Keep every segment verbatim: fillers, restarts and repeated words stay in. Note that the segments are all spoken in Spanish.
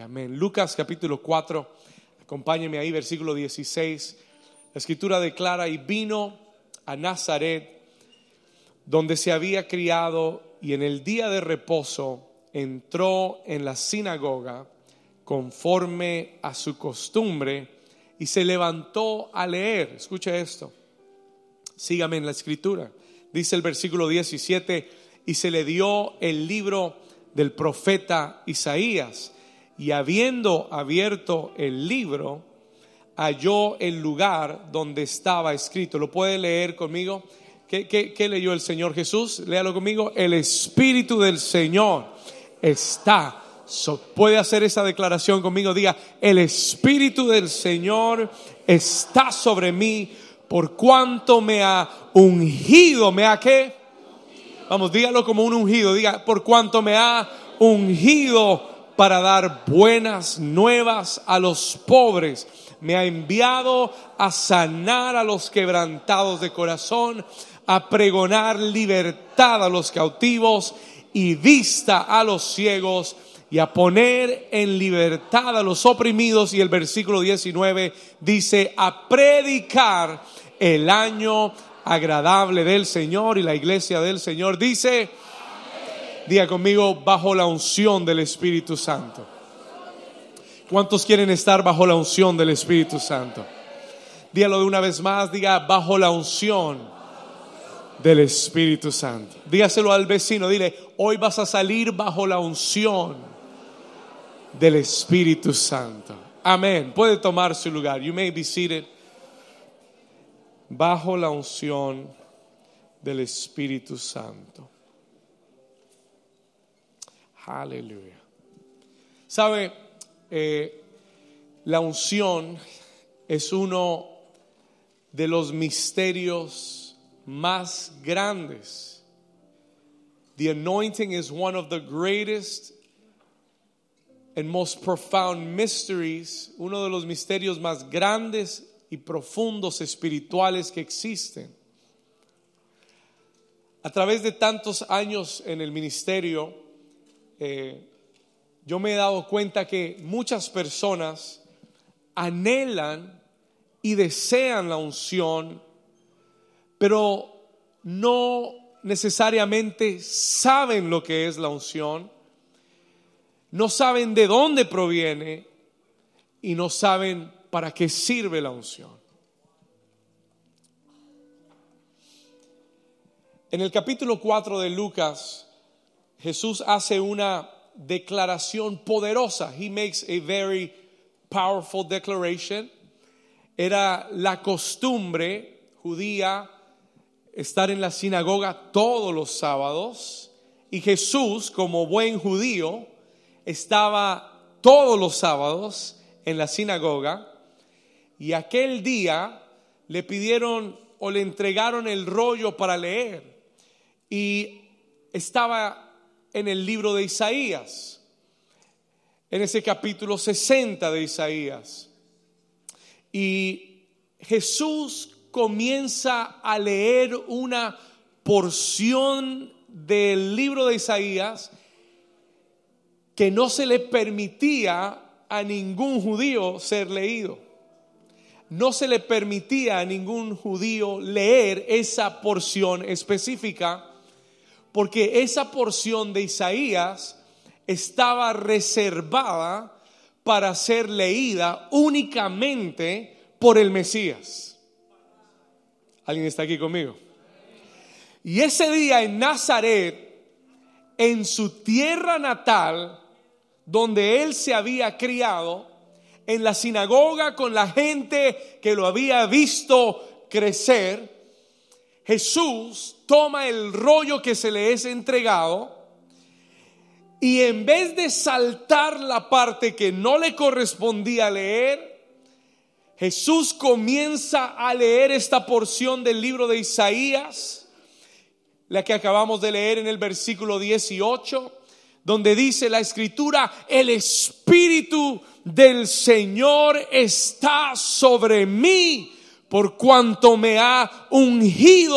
Amén. Lucas capítulo cuatro, acompáñenme ahí, versículo dieciséis. La escritura declara: y vino a Nazaret, donde se había criado, y en el día de reposo entró en la sinagoga conforme a su costumbre y se levantó a leer. Escucha esto, sígame en la escritura. Dice el versículo diecisiete: y se le dio el libro del profeta Isaías, y habiendo abierto el libro, halló el lugar donde estaba escrito. ¿Lo puede leer conmigo? ¿Qué, qué, qué leyó el Señor Jesús? Léalo conmigo. El Espíritu del Señor está. So, puede hacer esa declaración conmigo. Diga: el Espíritu del Señor está sobre mí, por cuanto me ha ungido. ¿Me ha qué? Vamos, dígalo como un ungido. Diga: por cuanto me ha ungido para dar buenas nuevas a los pobres. Me ha enviado a sanar a los quebrantados de corazón, a pregonar libertad a los cautivos y vista a los ciegos, y a poner en libertad a los oprimidos. Y el versículo diecinueve dice: a predicar el año agradable del Señor. Y la iglesia del Señor dice: amén. Diga conmigo: bajo la unción del Espíritu Santo. ¿Cuántos quieren estar bajo la unción del Espíritu Santo? Dígalo de una vez más. Diga: bajo la unción del Espíritu Santo. Dígaselo al vecino. Dile: hoy vas a salir bajo la unción del Espíritu Santo. Amén. Puede tomar su lugar. You may be seated. Bajo la unción del Espíritu Santo. Aleluya. ¿Sabe? Eh, la unción es uno de los misterios más grandes. The anointing is one of the greatest and most profound mysteries, uno de los misterios más grandes y profundos espirituales que existen. A través de tantos años en el ministerio, eh, yo me he dado cuenta que muchas personas anhelan y desean la unción, pero no necesariamente saben lo que es la unción, no saben de dónde proviene y no saben para qué sirve la unción. En el capítulo cuatro de Lucas, Jesús hace una declaración poderosa. He makes a very powerful declaration. Era la costumbre judía estar en la sinagoga todos los sábados, y Jesús, como buen judío, estaba todos los sábados en la sinagoga. Y aquel día le pidieron o le entregaron el rollo para leer, y estaba en el libro de Isaías, en ese capítulo sesenta de Isaías. Y Jesús comienza a leer una porción del libro de Isaías que no se le permitía a ningún judío ser leído. No se le permitía a ningún judío leer esa porción específica, porque esa porción de Isaías estaba reservada para ser leída únicamente por el Mesías. ¿Alguien está aquí conmigo? Y ese día en Nazaret, en su tierra natal, donde él se había criado, en la sinagoga con la gente que lo había visto crecer, Jesús toma el rollo que se le es entregado, y en vez de saltar la parte que no le correspondía leer, Jesús comienza a leer esta porción del libro de Isaías, la que acabamos de leer en el versículo dieciocho, donde dice la escritura: el Espíritu del Señor está sobre mí, por cuanto me ha ungido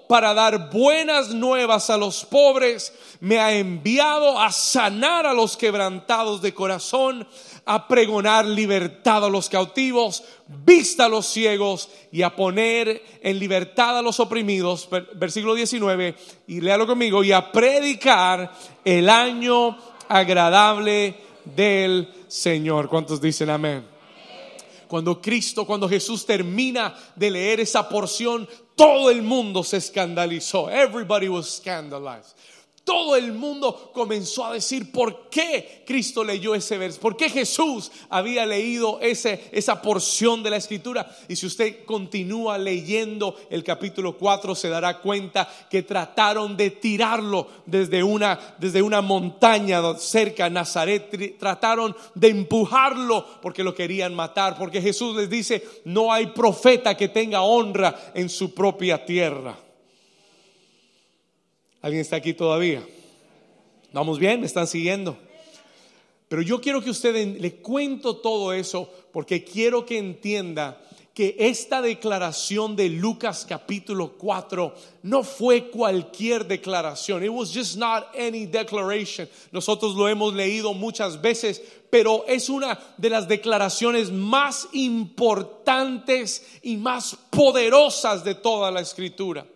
para dar buenas nuevas a los pobres, me ha enviado a sanar a los quebrantados de corazón, a pregonar libertad a los cautivos, vista a los ciegos y a poner en libertad a los oprimidos. Versículo diecinueve, y léalo conmigo, y a predicar el año agradable del Señor. ¿Cuántos dicen amén? Cuando Cristo, cuando Jesús termina de leer esa porción, todo el mundo se escandalizó. Everybody was scandalized. Todo el mundo comenzó a decir por qué Cristo leyó ese verso, por qué Jesús había leído ese, esa porción de la escritura. Y si usted continúa leyendo el capítulo cuatro, se dará cuenta que trataron de tirarlo desde una, desde una montaña cerca de Nazaret. Trataron de empujarlo porque lo querían matar, porque Jesús les dice: no hay profeta que tenga honra en su propia tierra. ¿Alguien está aquí todavía? ¿Vamos bien? ¿Me están siguiendo? Pero yo quiero que ustedes, le cuento todo eso porque quiero que entienda que esta declaración de Lucas capítulo cuatro no fue cualquier declaración. It was just not any declaration. Nosotros lo hemos leído muchas veces, pero es una de las declaraciones más importantes y más poderosas de toda la escritura.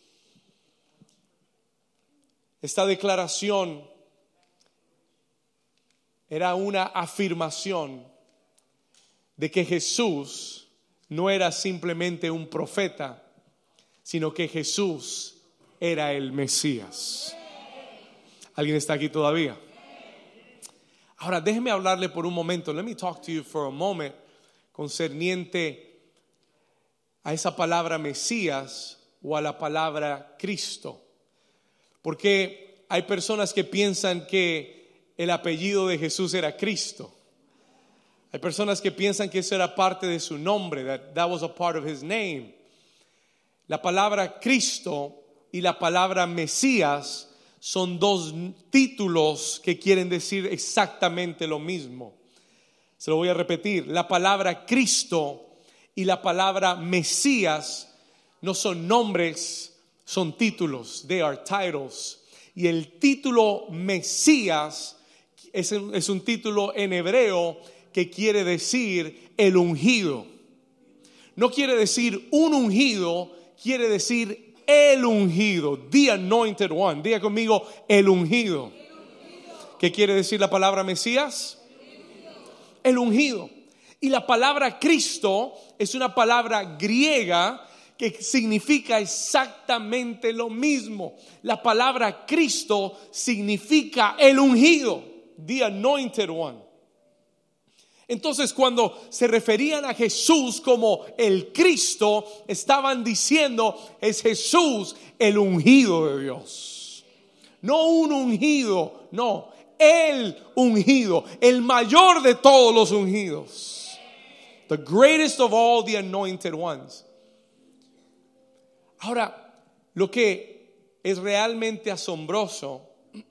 Esta declaración era una afirmación de que Jesús no era simplemente un profeta, sino que Jesús era el Mesías. ¿Alguien está aquí todavía? Ahora déjeme hablarle por un momento. Let me talk to you for a moment concerniente a esa palabra Mesías o a la palabra Cristo. Porque hay personas que piensan que el apellido de Jesús era Cristo. Hay personas que piensan que eso era parte de su nombre, that that was a part of his name. La palabra Cristo y la palabra Mesías son dos títulos que quieren decir exactamente lo mismo. Se lo voy a repetir. La palabra Cristo y la palabra Mesías no son nombres, son títulos. They are titles. Y el título Mesías es un, es un título en hebreo que quiere decir el ungido. No quiere decir un ungido, quiere decir el ungido, the anointed one. Diga conmigo, el ungido. ¿Qué quiere decir la palabra Mesías? El ungido. Y la palabra Cristo es una palabra griega que significa exactamente lo mismo. La palabra Cristo significa el ungido, the anointed one. Entonces, cuando se referían a Jesús como el Cristo, estaban diciendo: es Jesús el ungido de Dios. No un ungido, no, el ungido, el mayor de todos los ungidos. The greatest of all the anointed ones. Ahora, lo que es realmente asombroso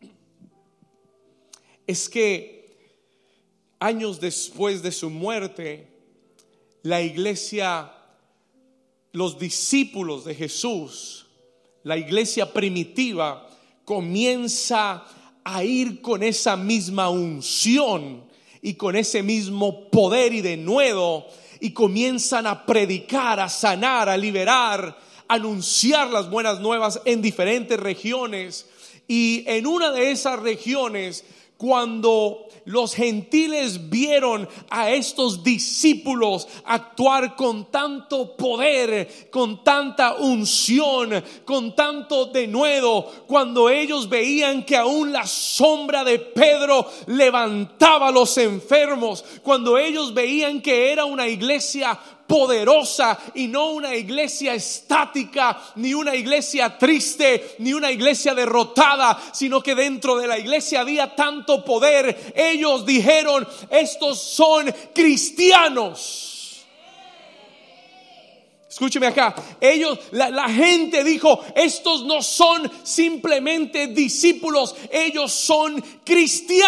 es que años después de su muerte, la iglesia, los discípulos de Jesús, la iglesia primitiva, comienza a ir con esa misma unción y con ese mismo poder y denuedo, y comienzan a predicar, a sanar, a liberar, anunciar las buenas nuevas en diferentes regiones. Y en una de esas regiones, cuando los gentiles vieron a estos discípulos actuar con tanto poder, con tanta unción, con tanto denuedo, cuando ellos veían que aún la sombra de Pedro levantaba a los enfermos, cuando ellos veían que era una iglesia poderosa y no una iglesia estática, ni una iglesia triste, ni una iglesia derrotada, sino que dentro de la iglesia había tanto poder, ellos dijeron: estos son cristianos. Escúcheme acá, ellos, la, la gente dijo: estos no son simplemente discípulos, ellos son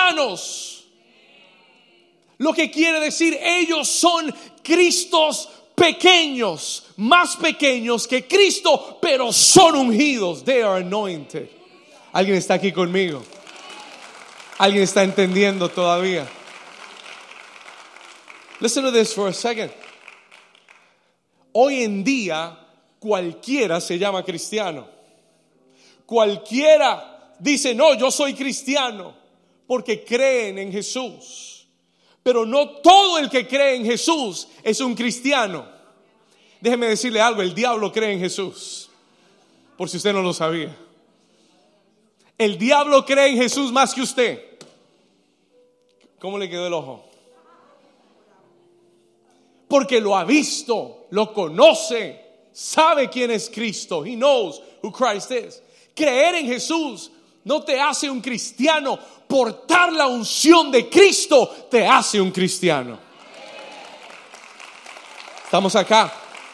cristianos. Lo que quiere decir, ellos son Cristos pequeños, más pequeños que Cristo, pero son ungidos. They are anointed. ¿Alguien está aquí conmigo? ¿Alguien está entendiendo todavía? Listen to this for a second. Hoy en día cualquiera se llama cristiano. Cualquiera dice, no, yo soy cristiano, porque creen en Jesús. Pero no todo el que cree en Jesús es un cristiano. Déjeme decirle algo, el diablo cree en Jesús, por si usted no lo sabía. El diablo cree en Jesús más que usted. ¿Cómo le quedó el ojo? Porque lo ha visto, lo conoce, sabe quién es Cristo. He knows who Christ is. Creer en Jesús no te hace un cristiano. Portar la unción de Cristo te hace un cristiano. Estamos acá.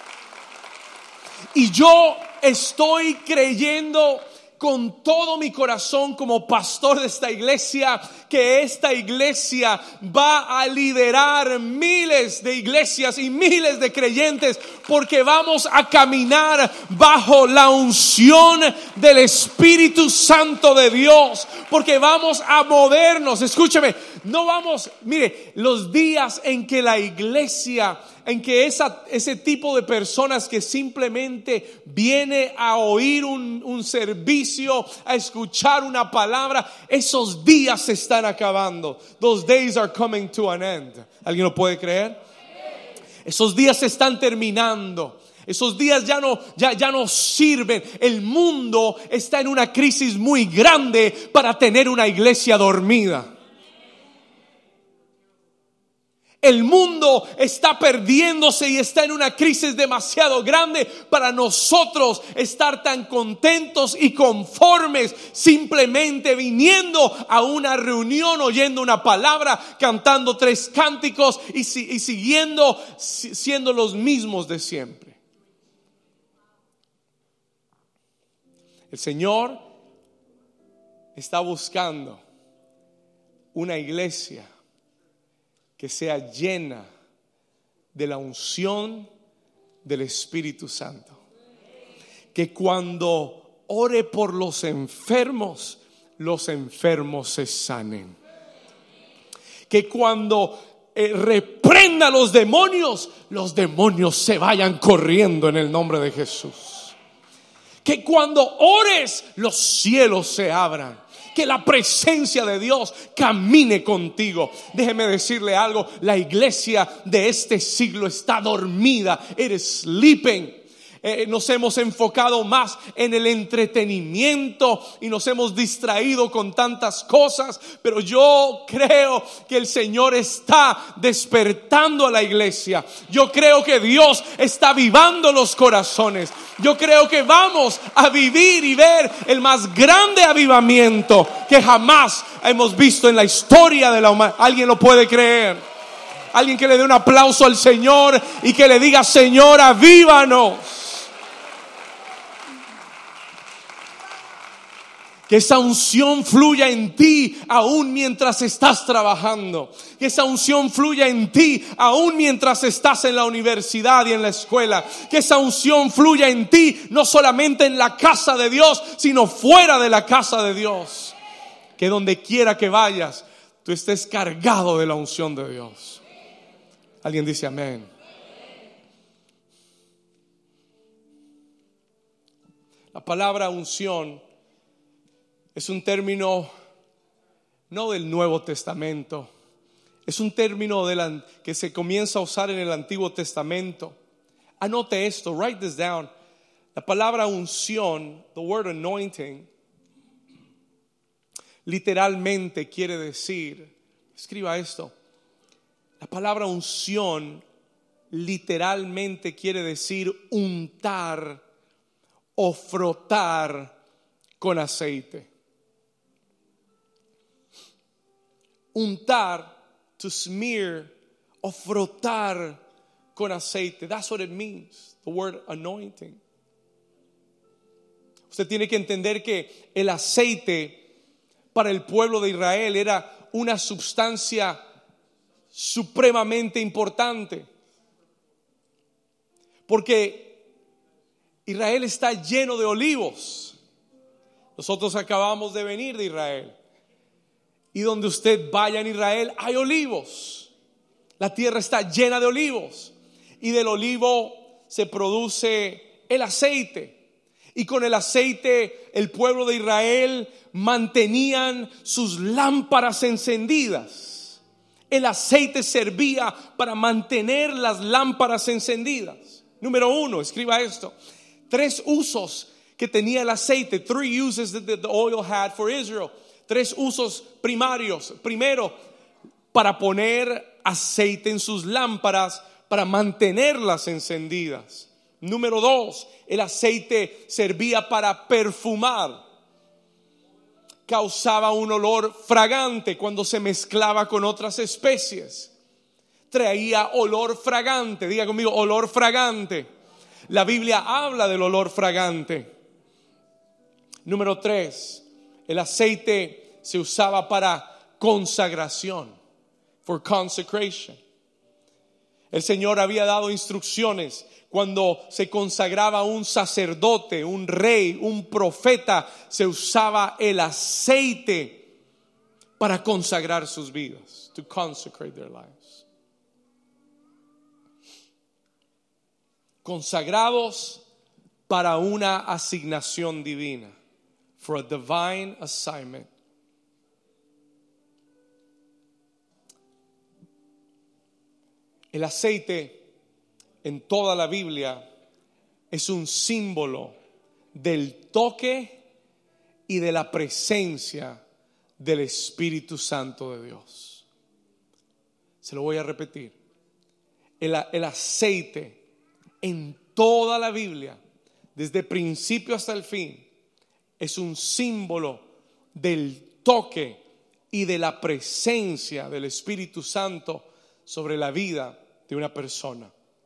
Y yo estoy creyendo con todo mi corazón como pastor de esta iglesia, que esta iglesia va a liderar miles de iglesias y miles de creyentes, porque vamos a caminar bajo la unción del Espíritu Santo de Dios, porque vamos a movernos. Escúcheme, no vamos, mire, los días en que la iglesia, en que esa, ese tipo de personas que simplemente viene a oír un, un servicio, a escuchar una palabra, esos días se están acabando. Those days are coming to an end. ¿Alguien lo puede creer? Esos días se están terminando. Esos días ya no, ya, ya no sirven. El mundo está en una crisis muy grande para tener una iglesia dormida. El mundo está perdiéndose y está en una crisis demasiado grande para nosotros estar tan contentos y conformes simplemente viniendo a una reunión, oyendo una palabra, cantando tres cánticos y, y siguiendo siendo los mismos de siempre. El Señor está buscando una iglesia que sea llena de la unción del Espíritu Santo. Que cuando ore por los enfermos, los enfermos se sanen. Que cuando eh, reprenda a los demonios, los demonios se vayan corriendo en el nombre de Jesús. Que cuando ores, los cielos se abran. Que la presencia de Dios camine contigo. Déjeme decirle algo, la iglesia de este siglo está dormida. It is sleeping. Eh, nos hemos enfocado más en el entretenimiento y nos hemos distraído con tantas cosas, pero yo creo que el Señor está despertando a la iglesia. Yo creo que Dios está avivando los corazones. Yo creo que vamos a vivir y ver el más grande avivamiento que jamás hemos visto en la historia de la humanidad. ¿Alguien lo puede creer? Alguien que le dé un aplauso al Señor y que le diga: Señor, avívanos. Que esa unción fluya en ti aún mientras estás trabajando. Que esa unción fluya en ti aún mientras estás en la universidad y en la escuela. Que esa unción fluya en ti no solamente en la casa de Dios, sino fuera de la casa de Dios. Que donde quiera que vayas, tú estés cargado de la unción de Dios. Alguien dice amén. La palabra unción es un término no del Nuevo Testamento, es un término de la, que se comienza a usar en el Antiguo Testamento. Anote esto, write this down. La palabra unción, the word anointing, literalmente quiere decir, escriba esto, la palabra unción literalmente quiere decir untar o frotar con aceite. Untar, to smear, o frotar con aceite. That's what it means, the word anointing. Usted tiene que entender que el aceite para el pueblo de Israel era una sustancia supremamente importante. Porque Israel está lleno de olivos. Nosotros acabamos de venir de Israel. Y donde usted vaya en Israel hay olivos. La tierra está llena de olivos. Y del olivo se produce el aceite. Y con el aceite el pueblo de Israel mantenían sus lámparas encendidas. El aceite servía para mantener las lámparas encendidas. Número uno, escriba esto. Tres usos que tenía el aceite. Three uses that the oil had for Israel. Tres usos primarios. Primero, para poner aceite en sus lámparas, para mantenerlas encendidas. Número dos, el aceite servía para perfumar. Causaba un olor fragante cuando se mezclaba con otras especies. Traía olor fragante. Diga conmigo, olor fragante. La Biblia habla del olor fragante. Número tres, el aceite se usaba para consagración. For consecration. El Señor había dado instrucciones. Cuando se consagraba un sacerdote, un rey, un profeta, se usaba el aceite para consagrar sus vidas. To consecrate their lives. Consagrados para una asignación divina. For a divine assignment. El aceite en toda la Biblia es un símbolo del toque y de la presencia del Espíritu Santo de Dios. Se lo voy a repetir. El, el aceite en toda la Biblia, desde principio hasta el fin, es un símbolo del toque y de la presencia del Espíritu Santo sobre la vida de una persona.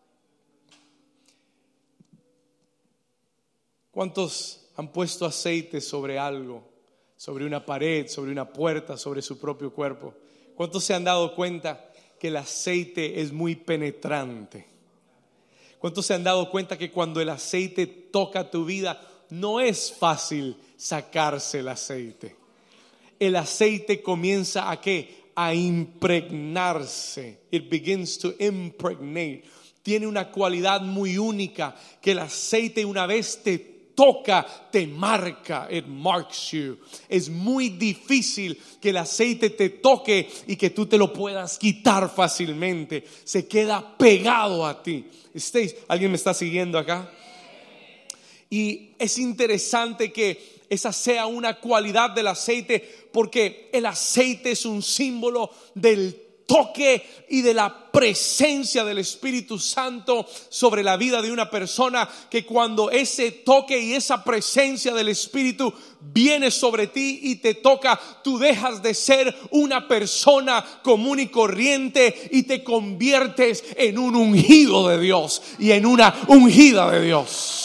¿Cuántos han puesto aceite sobre algo? Sobre una pared, sobre una puerta, sobre su propio cuerpo. ¿Cuántos se han dado cuenta que el aceite es muy penetrante? ¿Cuántos se han dado cuenta que cuando el aceite toca tu vida, no es fácil sacarse el aceite? El aceite comienza a ¿qué? A impregnarse. It begins to impregnate. Tiene una cualidad muy única que el aceite, una vez te toca, te marca. It marks you. Es muy difícil que el aceite te toque y que tú te lo puedas quitar fácilmente. Se queda pegado a ti. ¿Alguien me está siguiendo acá? Y es interesante que esa sea una cualidad del aceite, porque el aceite es un símbolo del toque y de la presencia del Espíritu Santo sobre la vida de una persona, que cuando ese toque y esa presencia del Espíritu viene sobre ti y te toca, tú dejas de ser una persona común y corriente y te conviertes en un ungido de Dios y en una ungida de Dios.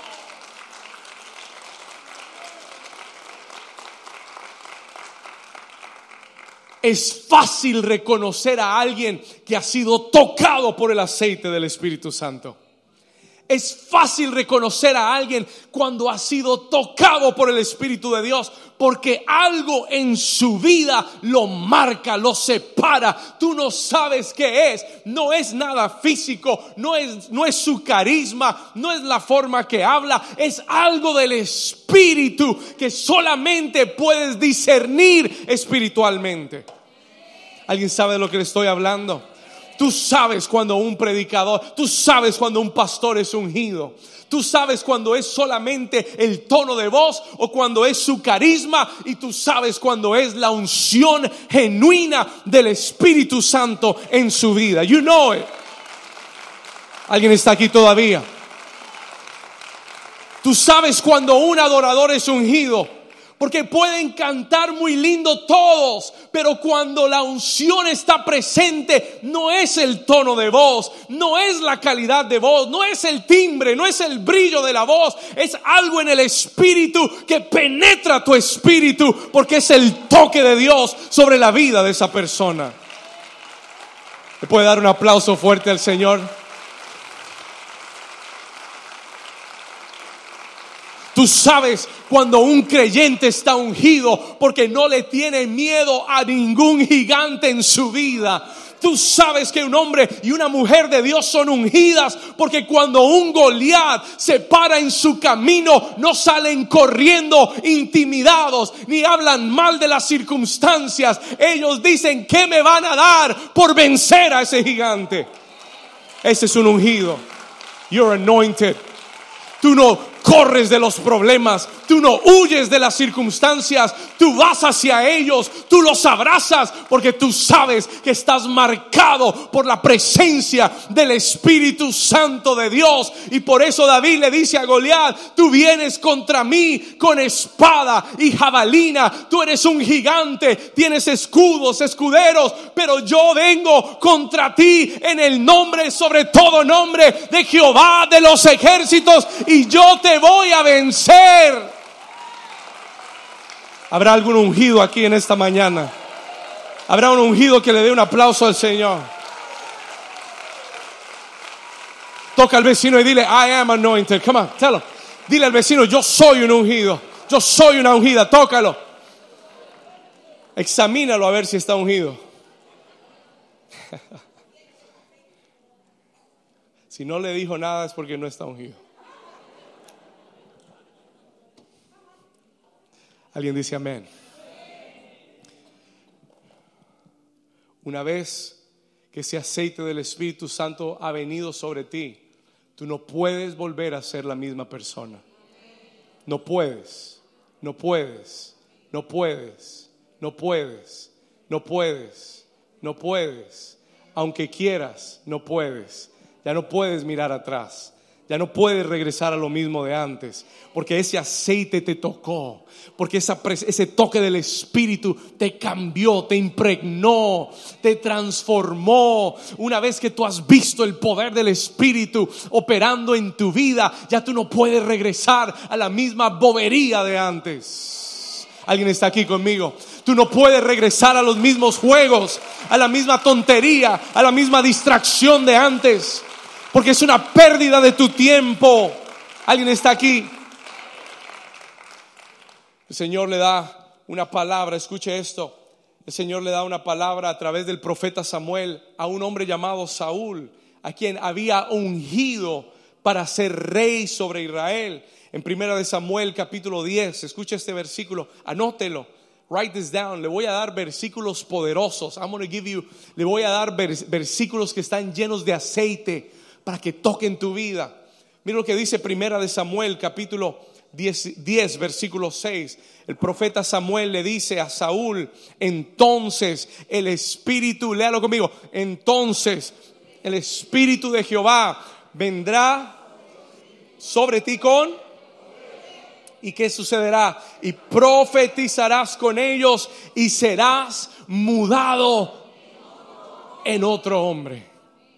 Es fácil reconocer a alguien que ha sido tocado por el aceite del Espíritu Santo. Es fácil reconocer a alguien cuando ha sido tocado por el Espíritu de Dios, porque algo en su vida lo marca, lo separa. Tú no sabes qué es. No es nada físico, no es, no es su carisma, no es la forma que habla. Es algo del Espíritu que solamente puedes discernir espiritualmente. ¿Alguien sabe de lo que le estoy hablando? Tú sabes cuando un predicador, tú sabes cuando un pastor es ungido. Tú sabes cuando es solamente el tono de voz o cuando es su carisma, y tú sabes cuando es la unción genuina del Espíritu Santo en su vida. You know it. ¿Alguien está aquí todavía? Tú sabes cuando un adorador es ungido, porque pueden cantar muy lindo todos, pero cuando la unción está presente, no es el tono de voz, no es la calidad de voz, no es el timbre, no es el brillo de la voz, es algo en el espíritu que penetra tu espíritu, porque es el toque de Dios sobre la vida de esa persona. ¿Le puede dar un aplauso fuerte al Señor? Tú sabes cuando un creyente está ungido porque no le tiene miedo a ningún gigante en su vida. Tú sabes que un hombre y una mujer de Dios son ungidas porque cuando un Goliat se para en su camino, no salen corriendo intimidados ni hablan mal de las circunstancias. Ellos dicen: ¿qué me van a dar por vencer a ese gigante? Ese es un ungido. You're anointed. Tú no corres de los problemas, tú no huyes de las circunstancias, tú vas hacia ellos, tú los abrazas porque tú sabes que estás marcado por la presencia del Espíritu Santo de Dios. Y por eso David le dice a Goliat: tú vienes contra mí con espada y jabalina, tú eres un gigante, tienes escudos, escuderos, pero yo vengo contra ti en el nombre sobre todo nombre de Jehová de los ejércitos, y yo te voy a vencer. ¿Habrá algún ungido aquí en esta mañana? ¿Habrá un ungido que le dé un aplauso al Señor? Toca al vecino y dile: I am anointed. Come on, tell him. Dile al vecino: yo soy un ungido. Yo soy una ungida. Tócalo. Examínalo a ver si está ungido. Si no le dijo nada es porque no está ungido. Alguien dice amén. Una vez que ese aceite del Espíritu Santo ha venido sobre ti, tú no puedes volver a ser la misma persona. No puedes, no puedes, no puedes, no puedes, no puedes, no puedes. Aunque quieras, no puedes. Ya no puedes mirar atrás. Ya no puedes regresar a lo mismo de antes, porque ese aceite te tocó, porque esa, ese toque del Espíritu te cambió, te impregnó, te transformó. Una vez que tú has visto el poder del Espíritu operando en tu vida, ya tú no puedes regresar a la misma bobería de antes. ¿Alguien está aquí conmigo? Tú no puedes regresar a los mismos juegos, a la misma tontería, a la misma distracción de antes, porque es una pérdida de tu tiempo. ¿Alguien está aquí? El Señor le da una palabra, escuche esto. El Señor le da una palabra a través del profeta Samuel a un hombre llamado Saúl, a quien había ungido para ser rey sobre Israel. En primera de Samuel capítulo diez, escuche este versículo, anótelo. Write this down. Le voy a dar versículos poderosos. I'm going to give you, le voy a dar vers- versículos que están llenos de aceite para que toquen tu vida. Mira lo que dice primera de Samuel capítulo diez, diez versículo seis. El profeta Samuel le dice a Saúl: entonces el Espíritu, léalo conmigo, entonces el Espíritu de Jehová vendrá sobre ti con, ¿y qué sucederá? Y profetizarás con ellos y serás mudado en otro hombre.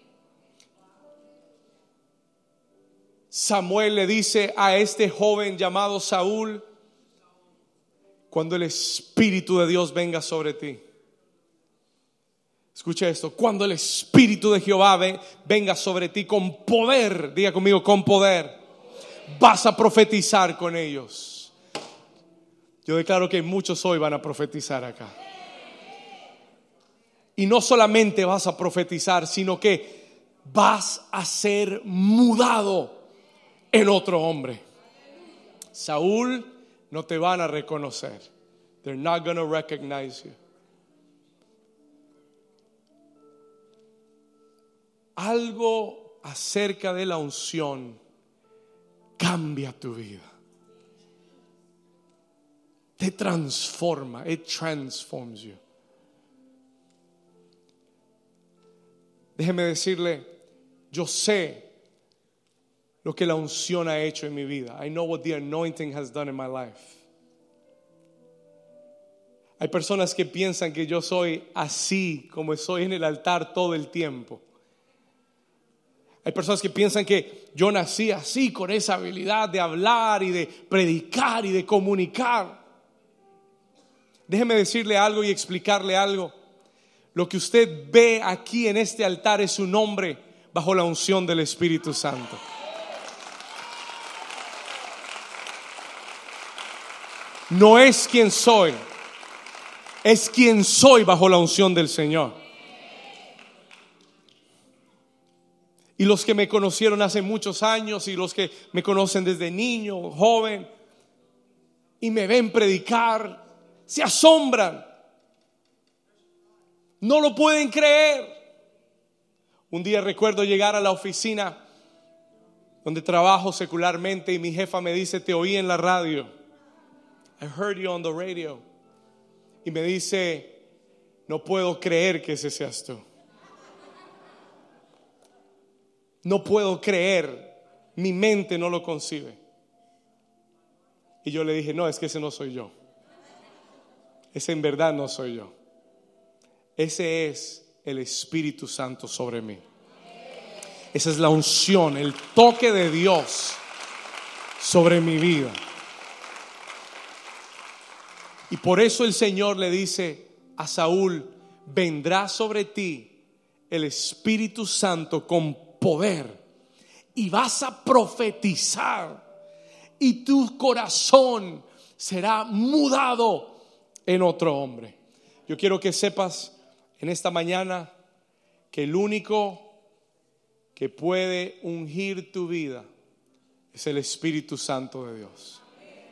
Samuel le dice a este joven llamado Saúl: cuando el Espíritu de Dios venga sobre ti, escucha esto, cuando el Espíritu de Jehová venga sobre ti con poder, diga conmigo, con poder, vas a profetizar con ellos. Yo declaro que muchos hoy van a profetizar acá. Y no solamente vas a profetizar, sino que vas a ser mudado en otro hombre. Saúl, no te van a reconocer. They're not going to recognize you. Algo acerca de la unción cambia tu vida. Te transforma. It transforms you. Déjeme decirle, yo sé lo que la unción ha hecho en mi vida. I know what the anointing has done in my life. Hay personas que piensan que yo soy así como soy en el altar todo el tiempo. Hay personas que piensan que yo nací así, con esa habilidad de hablar y de predicar y de comunicar. Déjeme decirle algo y explicarle algo. Lo que usted ve aquí en este altar es un hombre bajo la unción del Espíritu Santo. no es quien soy, es quien soy bajo la unción del Señor. Y los que me conocieron hace muchos años y los que me conocen desde niño, joven, y me ven predicar, se asombran. No lo pueden creer. Un día recuerdo llegar a la oficina donde trabajo secularmente y mi jefa me dice: te oí en la radio. I heard you on the radio. Y me dice: no puedo creer que ese seas tú. No puedo creer, mi mente no lo concibe. Y yo le dije: no, es que ese no soy yo. Ese en verdad no soy yo. Ese es el Espíritu Santo sobre mí. Esa es la unción, el toque de Dios sobre mi vida. Y por eso el Señor le dice a Saúl: vendrá sobre ti el Espíritu Santo con poder y vas a profetizar y tu corazón será mudado en otro hombre. Yo quiero que sepas en esta mañana que el único que puede ungir tu vida es el Espíritu Santo de Dios.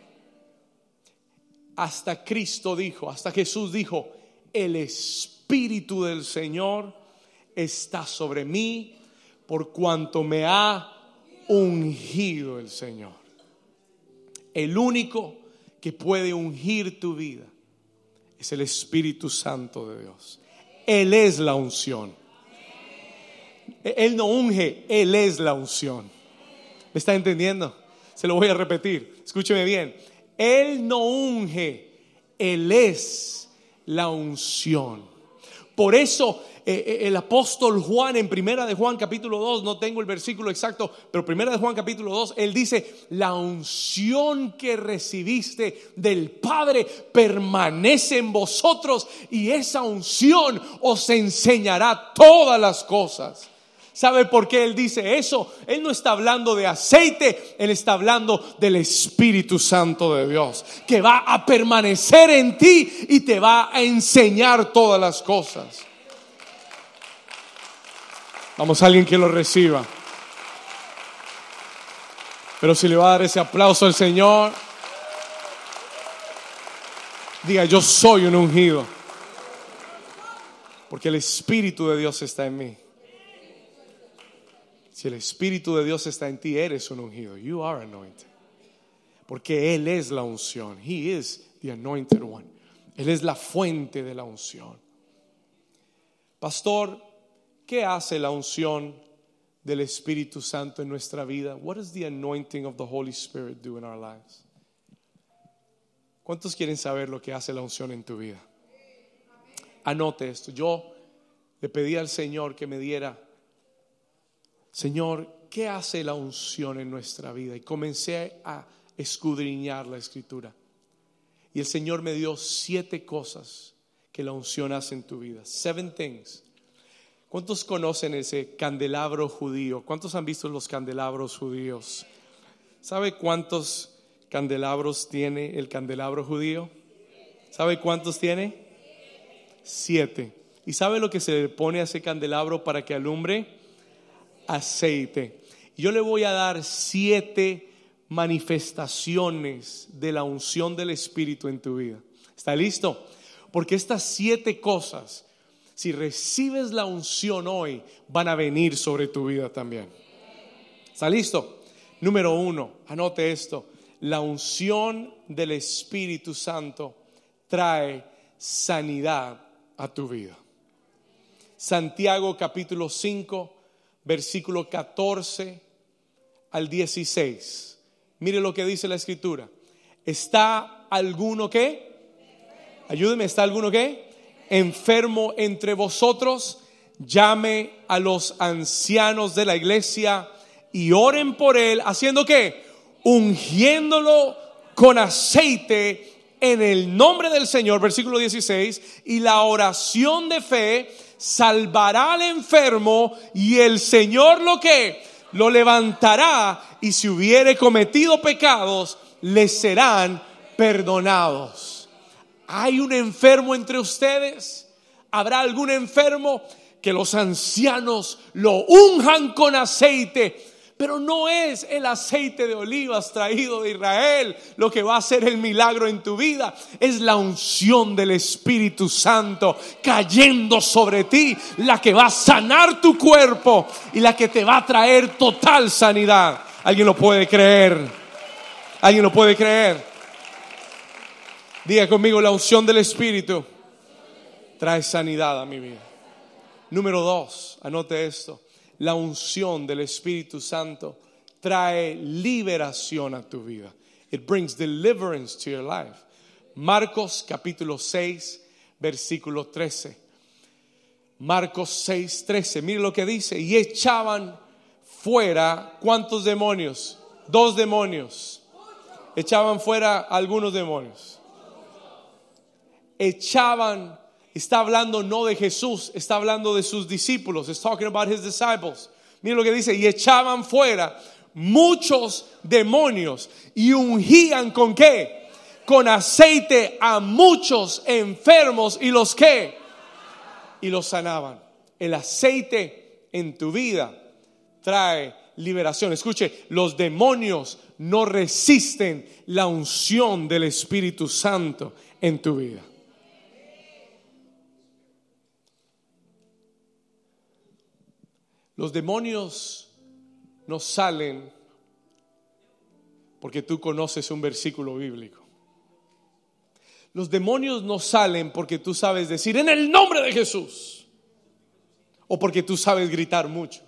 Hasta Cristo dijo, hasta Jesús dijo: el Espíritu del Señor está sobre mí por cuanto me ha ungido el Señor. El único que puede ungir tu vida es el Espíritu Santo de Dios. Él es la unción. Él no unge, Él es la unción. ¿Me está entendiendo? Se lo voy a repetir, escúcheme bien. Él no unge, Él es la unción. Por eso eh, el apóstol Juan en primera de Juan capítulo dos, no tengo el versículo exacto, pero primera de Juan capítulo dos, él dice: la unción que recibiste del Padre permanece en vosotros y esa unción os enseñará todas las cosas. ¿Sabe por qué él dice eso? Él no está hablando de aceite, él está hablando del Espíritu Santo de Dios, que va a permanecer en ti y te va a enseñar todas las cosas. Vamos, a alguien que lo reciba. Pero si le va a dar ese aplauso al Señor, diga: yo soy un ungido, porque el Espíritu de Dios está en mí. Si el Espíritu de Dios está en ti, eres un ungido. You are anointed. Porque Él es la unción. He is the anointed one. Él es la fuente de la unción. Pastor, ¿qué hace la unción del Espíritu Santo en nuestra vida? What does the anointing of the Holy Spirit do in our lives? ¿Cuántos quieren saber lo que hace la unción en tu vida? Anote esto. Yo le pedí al Señor que me diera: Señor, ¿qué hace la unción en nuestra vida? Y comencé a escudriñar la Escritura. Y el Señor me dio siete cosas que la unción hace en tu vida. Seven things. ¿Cuántos conocen ese candelabro judío? ¿Cuántos han visto los candelabros judíos? ¿Sabe cuántos candelabros tiene el candelabro judío? ¿Sabe cuántos tiene? Siete. ¿Y sabe lo que se le pone a ese candelabro para que alumbre? Aceite. Yo le voy a dar siete manifestaciones de la unción del Espíritu en tu vida. ¿Está listo? Porque estas siete cosas, si recibes la unción hoy, van a venir sobre tu vida también. ¿Está listo? Número uno, anote esto: la unción del Espíritu Santo trae sanidad a tu vida. Santiago capítulo cinco, versículo catorce al dieciséis. Mire lo que dice la Escritura. ¿Está alguno qué? Ayúdeme, ¿está alguno qué? Enfermo entre vosotros, llame a los ancianos de la iglesia y oren por él, ¿haciendo qué? Ungiéndolo con aceite en el nombre del Señor. Versículo dieciséis. Y la oración de fe salvará al enfermo y el Señor lo que lo levantará, y si hubiere cometido pecados le serán perdonados. ¿Hay un enfermo entre ustedes? ¿Habrá algún enfermo? Que los ancianos lo unjan con aceite. Pero no es el aceite de olivas traído de Israel lo que va a hacer el milagro en tu vida. Es la unción del Espíritu Santo cayendo sobre ti, la que va a sanar tu cuerpo y la que te va a traer total sanidad. ¿Alguien lo puede creer? ¿Alguien lo puede creer? Diga conmigo: la unción del Espíritu trae sanidad a mi vida. Número dos, anote esto: la unción del Espíritu Santo trae liberación a tu vida. It brings deliverance to your life. Marcos capítulo seis, versículo trece. Marcos seis, trece. Mire lo que dice: y echaban fuera, ¿cuántos demonios? Dos demonios. Echaban fuera algunos demonios. Echaban. Está hablando no de Jesús, está hablando de sus discípulos. It's talking about his disciples. Mira lo que dice: y echaban fuera muchos demonios y ungían ¿con qué? Con aceite a muchos enfermos y los ¿qué? Y los sanaban. El aceite en tu vida trae liberación. Escuche, los demonios no resisten la unción del Espíritu Santo en tu vida. Los demonios no salen porque tú conoces un versículo bíblico. Los demonios no salen porque tú sabes decir en el nombre de Jesús o porque tú sabes gritar mucho.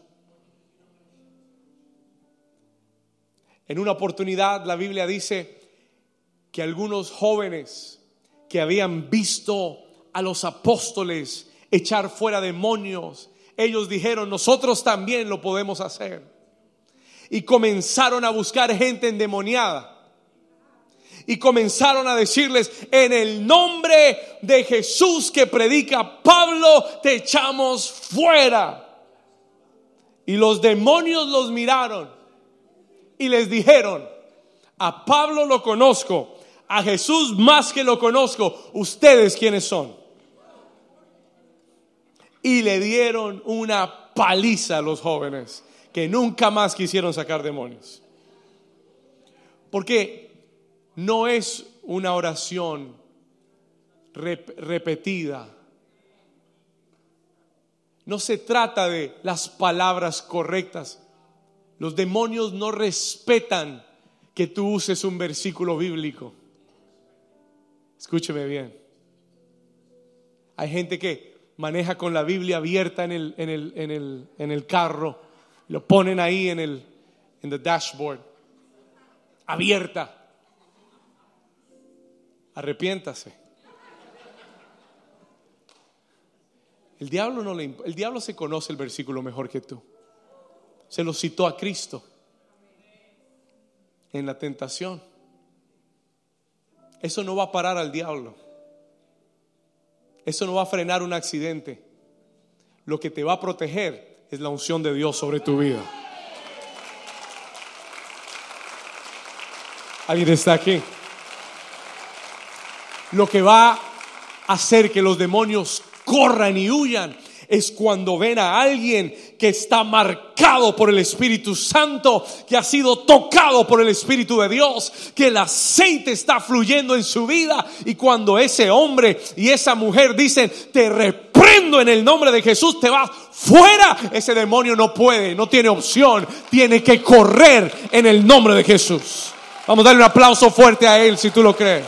En una oportunidad la Biblia dice que algunos jóvenes que habían visto a los apóstoles echar fuera demonios, ellos dijeron: nosotros también lo podemos hacer. Y comenzaron a buscar gente endemoniada. Y comenzaron a decirles: en el nombre de Jesús que predica Pablo, te echamos fuera. Y los demonios los miraron y les dijeron: a Pablo lo conozco, a Jesús más que lo conozco, ¿ustedes quiénes son? Y le dieron una paliza a los jóvenes que nunca más quisieron sacar demonios. Porque no es una oración rep- repetida. No se trata de las palabras correctas. Los demonios no respetan que tú uses un versículo bíblico. Escúcheme bien. Hay gente que maneja con la Biblia abierta en el, en el, en el, en el carro. Lo ponen ahí en el en the dashboard. Abierta. Arrepiéntase. El diablo no le, el diablo se conoce el versículo mejor que tú. Se lo citó a Cristo en la tentación. Eso no va a parar al diablo. Eso no va a frenar un accidente. Lo que te va a proteger es la unción de Dios sobre tu vida. ¿Alguien está aquí? Lo que va a hacer que los demonios corran y huyan es cuando ven a alguien que está marcado por el Espíritu Santo, que ha sido tocado por el Espíritu de Dios, que el aceite está fluyendo en su vida. Y cuando ese hombre y esa mujer dicen: te reprendo en el nombre de Jesús, te vas fuera, ese demonio no puede, no tiene opción, tiene que correr en el nombre de Jesús. Vamos a darle un aplauso fuerte a él si tú lo crees.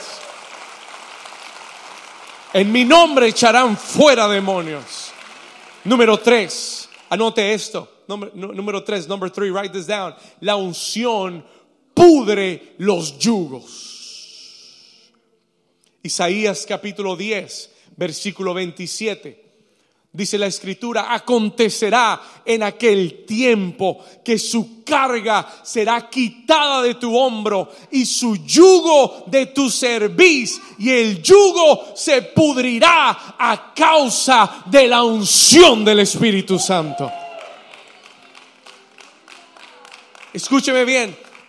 En mi nombre echarán fuera demonios. Número tres, anote esto. Número, número tres, number three, write this down. La unción pudre los yugos. Isaías capítulo diez, versículo veintisiete. Dice la escritura: acontecerá en aquel tiempo que su carga será quitada de tu hombro y su yugo de tu cerviz, y el yugo se pudrirá a causa de la unción del Espíritu Santo. Escúcheme bien,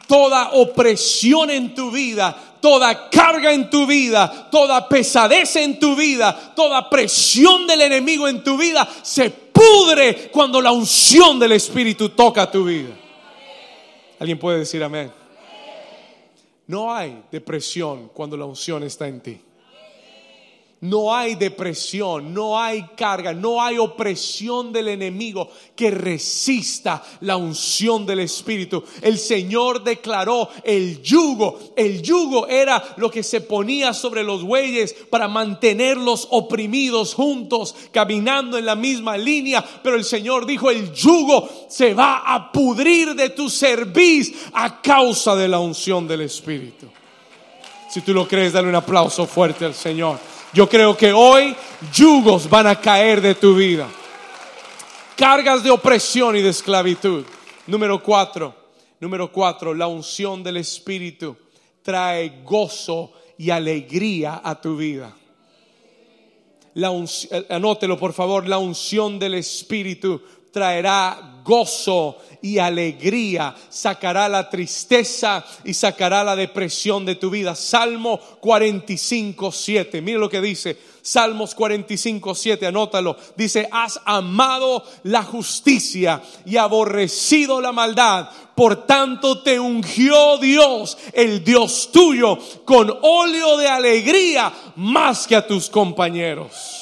toda opresión en tu vida, toda carga en tu vida, toda pesadez en tu vida, toda presión del enemigo en tu vida se pudre cuando la unción del Espíritu toca tu vida. ¿Alguien puede decir amén? No hay depresión cuando la unción está en ti. No hay depresión, no hay carga, no hay opresión del enemigo que resista la unción del Espíritu. El Señor declaró el yugo. El yugo era lo que se ponía sobre los bueyes para mantenerlos oprimidos juntos, caminando en la misma línea. Pero el Señor dijo: el yugo se va a pudrir de tu cerviz a causa de la unción del Espíritu. Si tú lo crees, dale un aplauso fuerte al Señor. Yo creo que hoy yugos van a caer de tu vida, cargas de opresión y de esclavitud. Número cuatro, número cuatro, la unción del Espíritu trae gozo y alegría a tu vida. La unc- anótelo por favor, la unción del Espíritu traerá gozo y alegría, sacará la tristeza y sacará la depresión de tu vida. Salmo cuarenta y cinco, siete. Mira lo que dice Salmos cuarenta y cinco, siete, anótalo. Dice: has amado la justicia y aborrecido la maldad, por tanto te ungió Dios, el Dios tuyo, con óleo de alegría más que a tus compañeros.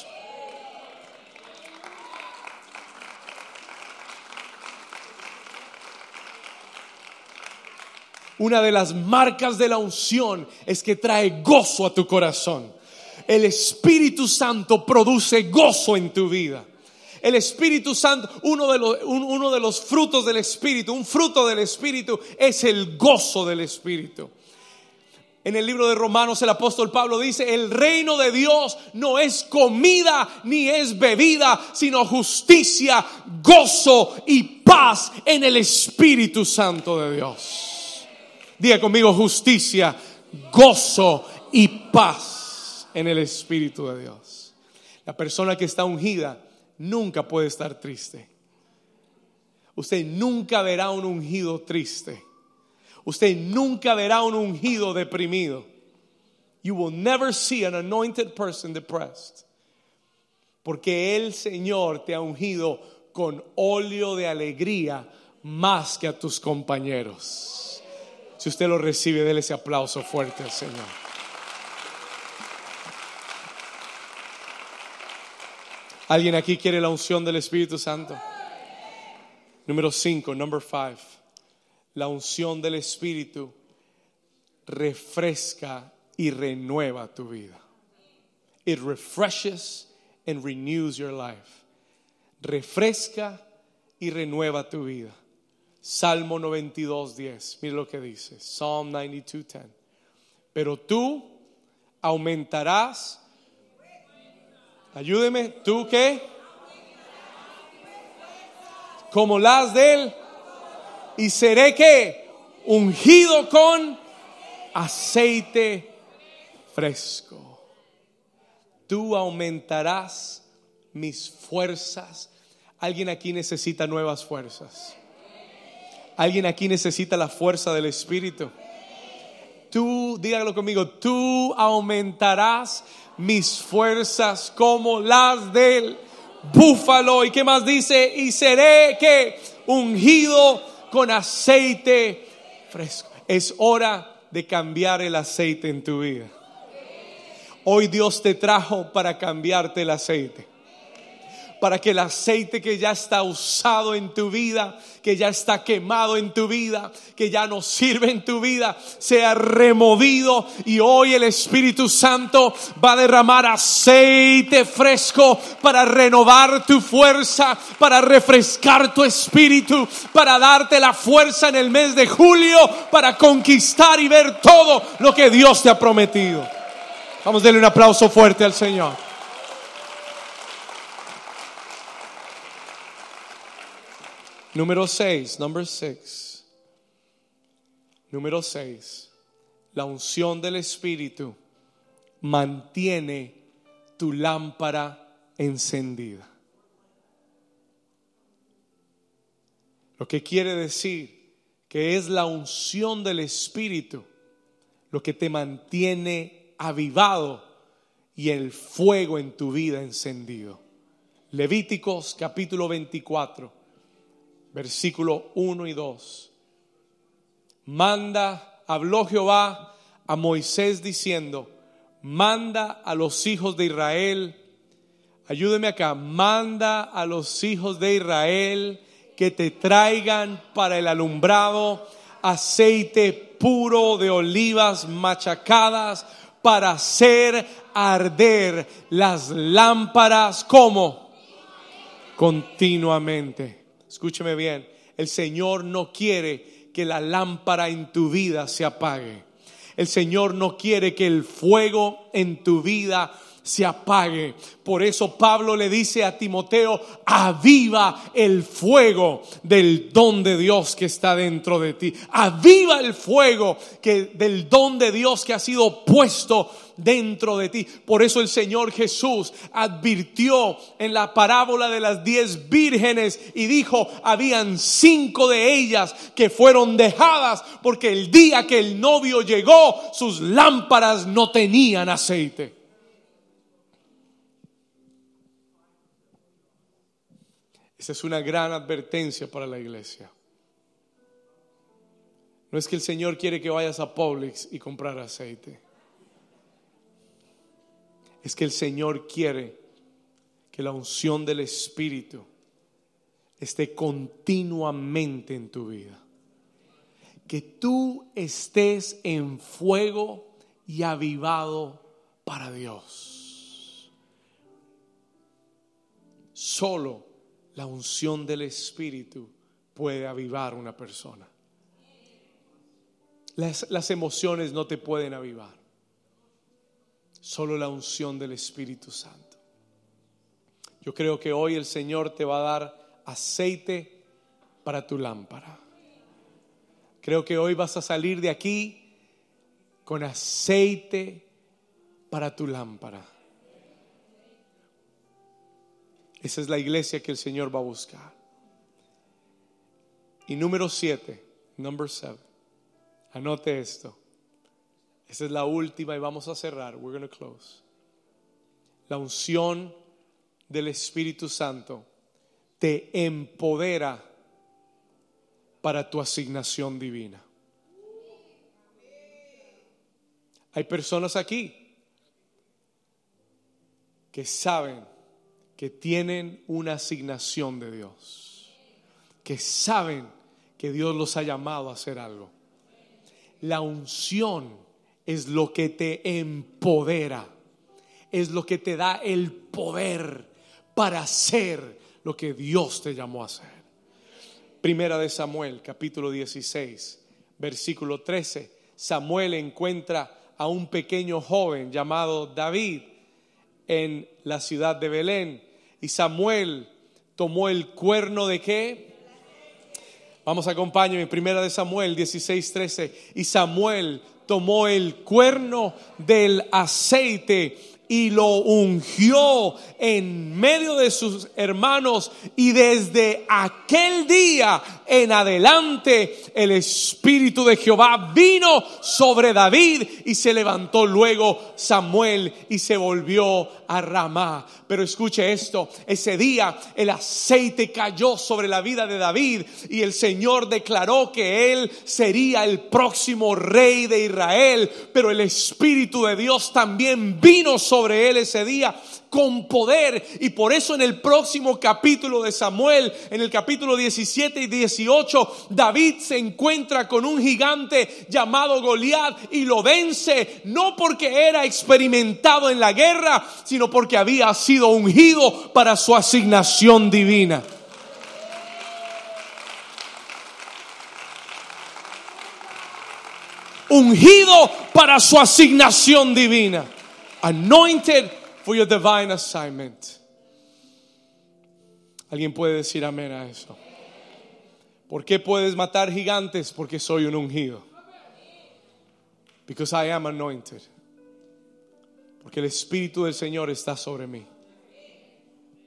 Una de las marcas de la unción es que trae gozo a tu corazón. El Espíritu Santo produce gozo en tu vida. El Espíritu Santo, uno de los, uno de los frutos del Espíritu, un fruto del Espíritu es el gozo del Espíritu. En el libro de Romanos el apóstol Pablo dice: el reino de Dios no es comida ni es bebida, sino justicia, gozo y paz en el Espíritu Santo de Dios. Diga conmigo: justicia, gozo y paz en el Espíritu de Dios. La persona que está ungida nunca puede estar triste. Usted nunca verá un ungido triste. Usted nunca verá un ungido deprimido. You will never see an anointed person depressed. Porque el Señor te ha ungido con óleo de alegría más que a tus compañeros. Si usted lo recibe, déle ese aplauso fuerte al Señor. ¿Alguien aquí quiere la unción del Espíritu Santo? Número cinco, number five. La unción del Espíritu refresca y renueva tu vida. It refreshes and renews your life. Refresca y renueva tu vida. Salmo noventa y dos, diez. Mira lo que dice Psalm noventa y dos, diez. Pero tú aumentarás. Ayúdeme. ¿Tú qué? Como las de él. Y seré ¿qué? Ungido con aceite fresco. Tú aumentarás mis fuerzas. ¿Alguien aquí necesita nuevas fuerzas? ¿Alguien aquí necesita la fuerza del Espíritu? Tú, dígalo conmigo: tú aumentarás mis fuerzas como las del búfalo. ¿Y qué más dice? Y seré ¿qué? Ungido con aceite fresco. Es hora de cambiar el aceite en tu vida. Hoy Dios te trajo para cambiarte el aceite. Para que el aceite que ya está usado en tu vida, que ya está quemado en tu vida, que ya no sirve en tu vida, sea removido. Y hoy el Espíritu Santo va a derramar aceite fresco para renovar tu fuerza, para refrescar tu espíritu, para darte la fuerza en el mes de julio, para conquistar y ver todo lo que Dios te ha prometido. Vamos a darle un aplauso fuerte al Señor. Número seis, number six. Número seis. La unción del Espíritu mantiene tu lámpara encendida. Lo que quiere decir que es la unción del Espíritu lo que te mantiene avivado y el fuego en tu vida encendido. Levíticos capítulo veinticuatro, versículo uno y dos. Manda, habló Jehová a Moisés diciendo: manda a los hijos de Israel, ayúdeme acá, manda a los hijos de Israel que te traigan para el alumbrado aceite puro de olivas machacadas para hacer arder las lámparas. ¿Cómo? Continuamente. Escúcheme bien, el Señor no quiere que la lámpara en tu vida se apague. El Señor no quiere que el fuego en tu vida se apague. Por eso Pablo le dice a Timoteo: aviva el fuego del don de Dios que está dentro de ti. Aviva el fuego que, del don de Dios que ha sido puesto dentro de ti. Por eso el Señor Jesús advirtió en la parábola de las diez vírgenes y dijo: habían cinco de ellas que fueron dejadas porque el día que el novio llegó, sus lámparas no tenían aceite. Esa es una gran advertencia para la iglesia. No es que el Señor quiere que vayas a Publix y comprar aceite. Es que el Señor quiere que la unción del Espíritu esté continuamente en tu vida. Que tú estés en fuego y avivado para Dios. Solo la unción del Espíritu puede avivar una persona. Las, las emociones no te pueden avivar. Solo la unción del Espíritu Santo. Yo creo que hoy el Señor te va a dar aceite para tu lámpara. Creo que hoy vas a salir de aquí con aceite para tu lámpara. Esa es la iglesia que el Señor va a buscar. Y número siete, number seven. Anote esto. Esa es la última y vamos a cerrar. We're going to close. La unción del Espíritu Santo te empodera para tu asignación divina. Hay personas aquí que saben que tienen una asignación de Dios, que saben que Dios los ha llamado a hacer algo. La unción es lo que te empodera, es lo que te da el poder para hacer lo que Dios te llamó a hacer. Primera de Samuel, capítulo dieciséis, versículo trece. Samuel encuentra a un pequeño joven llamado David en la ciudad de Belén. Y Samuel tomó el cuerno de ¿qué? Vamos, acompáñenme. Primera de Samuel dieciséis, trece. Y Samuel tomó el cuerno del aceite y lo ungió en medio de sus hermanos, y desde aquel día en adelante el Espíritu de Jehová vino sobre David, y se levantó luego Samuel y se volvió a Ramá. Pero escuche esto: ese día el aceite cayó sobre la vida de David y el Señor declaró que él sería el próximo rey de Israel. Pero el Espíritu de Dios también vino sobre él ese día con poder, y por eso en el próximo capítulo de Samuel, en el capítulo diecisiete y dieciocho, David se encuentra con un gigante llamado Goliat y lo vence, no porque era experimentado en la guerra, sino porque había sido ungido para su asignación divina. Ungido para su asignación divina. Anointed for your divine assignment. ¿Alguien puede decir amén a eso? ¿Por qué puedes matar gigantes? Porque soy un ungido. Because I am anointed. Porque el Espíritu del Señor está sobre mí.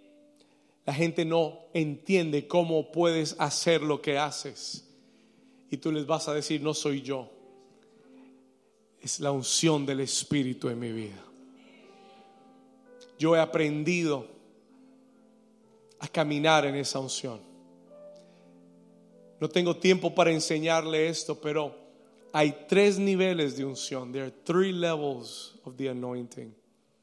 La gente no entiende cómo puedes hacer lo que haces. Y tú les vas a decir, no soy yo, es la unción del Espíritu en mi vida. Yo he aprendido a caminar en esa unción. No tengo tiempo para enseñarle esto, pero hay tres niveles de unción. There are three levels of the anointing.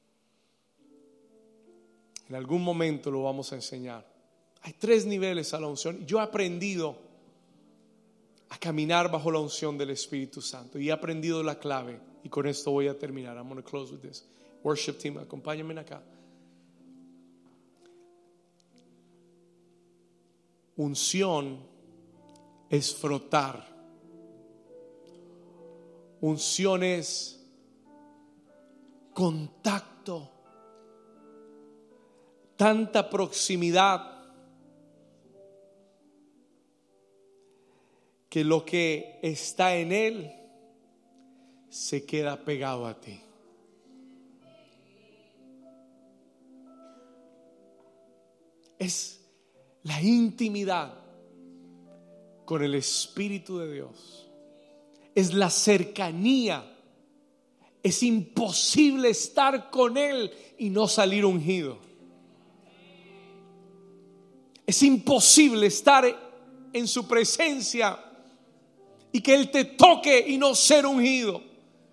En algún momento lo vamos a enseñar. Hay tres niveles a la unción. Yo he aprendido a caminar bajo la unción del Espíritu Santo y he aprendido la clave. Y con esto voy a terminar. I'm going to close with this. Worship team, acompáñenme acá. Unción es frotar. Unción es contacto. Tanta proximidad que lo que está en él se queda pegado a ti. Es la intimidad con el Espíritu de Dios. Es la cercanía. Es imposible estar con Él y no salir ungido. Es imposible estar en su presencia y que Él te toque y no ser ungido.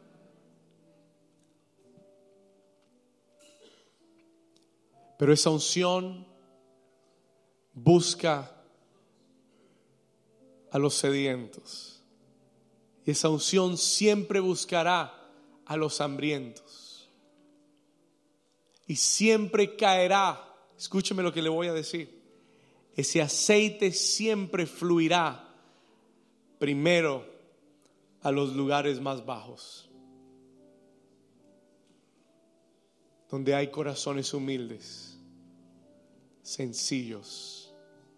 Pero esa unción busca a los sedientos. Y esa unción siempre buscará a los hambrientos. Y siempre caerá. Escúcheme lo que le voy a decir. Ese aceite siempre fluirá primero a los lugares más bajos, donde hay corazones humildes, sencillos.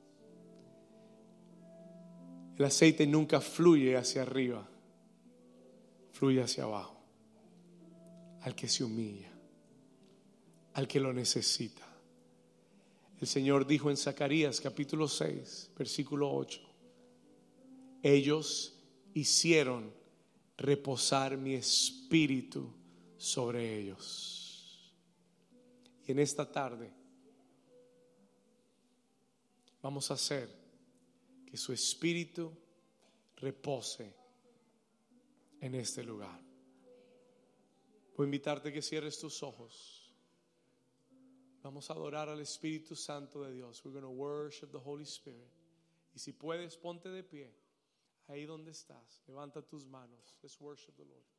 El aceite nunca fluye hacia arriba, fluye hacia abajo, al que se humilla, al que lo necesita. El Señor dijo en Zacarías capítulo seis, versículo ocho: ellos hicieron reposar mi espíritu sobre ellos. Y en esta tarde vamos a hacer que su espíritu repose en este lugar. Voy a invitarte a que cierres tus ojos. Vamos a adorar al Espíritu Santo de Dios. We're going to worship the Holy Spirit. Y si puedes, ponte de pie ahí donde estás. Levanta tus manos. Let's worship the Lord.